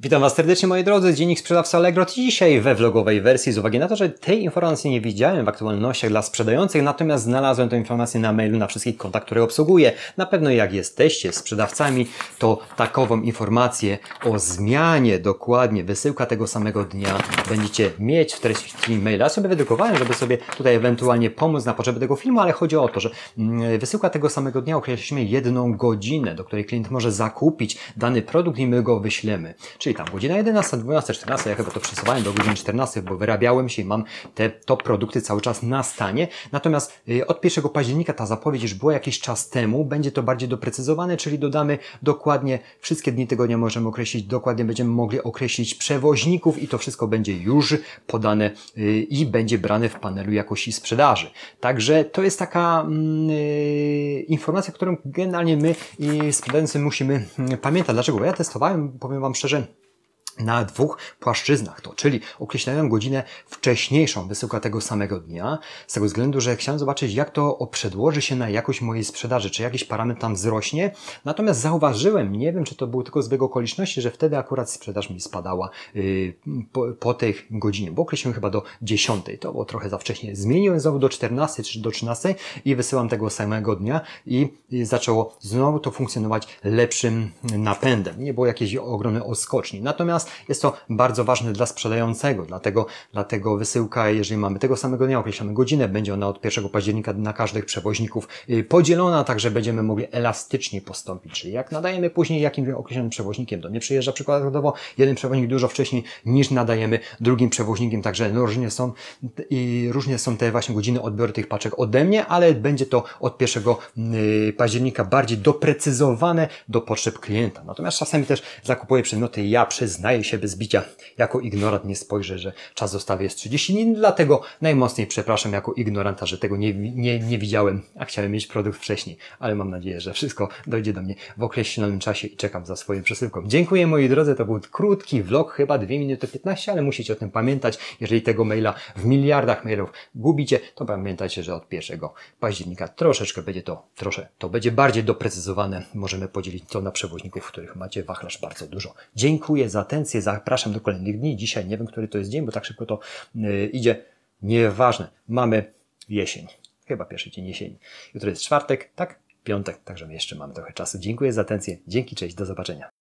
Witam Was serdecznie, moi drodzy, Dziennik Sprzedawcy Allegro. Dzisiaj we vlogowej wersji, z uwagi na to, że tej informacji nie widziałem w aktualnościach dla sprzedających, natomiast znalazłem tę informację na mailu na wszystkich kontach, które obsługuję. Na pewno jak jesteście sprzedawcami, to takową informację o zmianie, dokładnie wysyłka tego samego dnia będziecie mieć w treści maila. Ja sobie wydrukowałem, żeby sobie tutaj ewentualnie pomóc na potrzeby tego filmu, ale chodzi o to, że wysyłka tego samego dnia określiliśmy 1 godzinę, do której klient może zakupić dany produkt i my go wyślemy. Czyli tam godzina 11, 12, 14, ja chyba to przesuwałem do godziny 14, bo wyrabiałem się i mam te produkty cały czas na stanie. Natomiast od 1 października ta zapowiedź już była jakiś czas temu, będzie to bardziej doprecyzowane, czyli dodamy dokładnie wszystkie dni tygodnia możemy określić, dokładnie będziemy mogli określić przewoźników i to wszystko będzie już podane i będzie brane w panelu jakości sprzedaży. Także to jest taka informacja, którą generalnie my sprzedający musimy pamiętać. Dlaczego? Bo ja testowałem, powiem Wam szczerze, na 2 płaszczyznach to, czyli określałem godzinę wcześniejszą wysyłka tego samego dnia, z tego względu, że chciałem zobaczyć, jak to przedłoży się na jakość mojej sprzedaży, czy jakiś parametr tam wzrośnie. Natomiast zauważyłem, nie wiem, czy to był tylko zbieg okoliczności, że wtedy akurat sprzedaż mi spadała po tej godzinie, bo określiłem chyba do 10, to było trochę za wcześnie. Zmieniłem znowu do 14 czy do 13 i wysyłam tego samego dnia i zaczęło znowu to funkcjonować lepszym napędem. Nie było jakiejś ogromnej odskoczni. Natomiast jest to bardzo ważne dla sprzedającego, dlatego wysyłka, jeżeli mamy tego samego dnia, określamy godzinę, będzie ona od 1 października na każdych przewoźników podzielona, tak że będziemy mogli elastycznie postąpić. Czyli jak nadajemy później jakim określonym przewoźnikiem, to nie przyjeżdża przykładowo jeden przewoźnik dużo wcześniej niż nadajemy drugim przewoźnikiem, także no, różnie są te właśnie godziny odbioru tych paczek ode mnie, ale będzie to od 1 października bardziej doprecyzowane do potrzeb klienta. Natomiast czasami też zakupuję przedmioty, ja przyznaję się bez bicia, jako ignorant nie spojrzę, że czas dostawy jest 30 dni, dlatego najmocniej przepraszam jako ignoranta, że tego nie widziałem, a chciałem mieć produkt wcześniej, ale mam nadzieję, że wszystko dojdzie do mnie w określonym czasie i czekam za swoją przesyłką. Dziękuję, moi drodzy, to był krótki vlog, chyba 2 minuty 15, ale musicie o tym pamiętać. Jeżeli tego maila w miliardach mailów gubicie, to pamiętajcie, że od 1 października troszeczkę będzie to będzie bardziej doprecyzowane. Możemy podzielić to na przewoźników, których macie wachlarz bardzo dużo. Dziękuję za atencję, zapraszam do kolejnych dni. Dzisiaj nie wiem, który to jest dzień, bo tak szybko to idzie. Nieważne. Mamy jesień. Chyba pierwszy dzień jesieni. Jutro jest czwartek, tak? Piątek, także my jeszcze mamy trochę czasu. Dziękuję za atencję. Dzięki, cześć, do zobaczenia.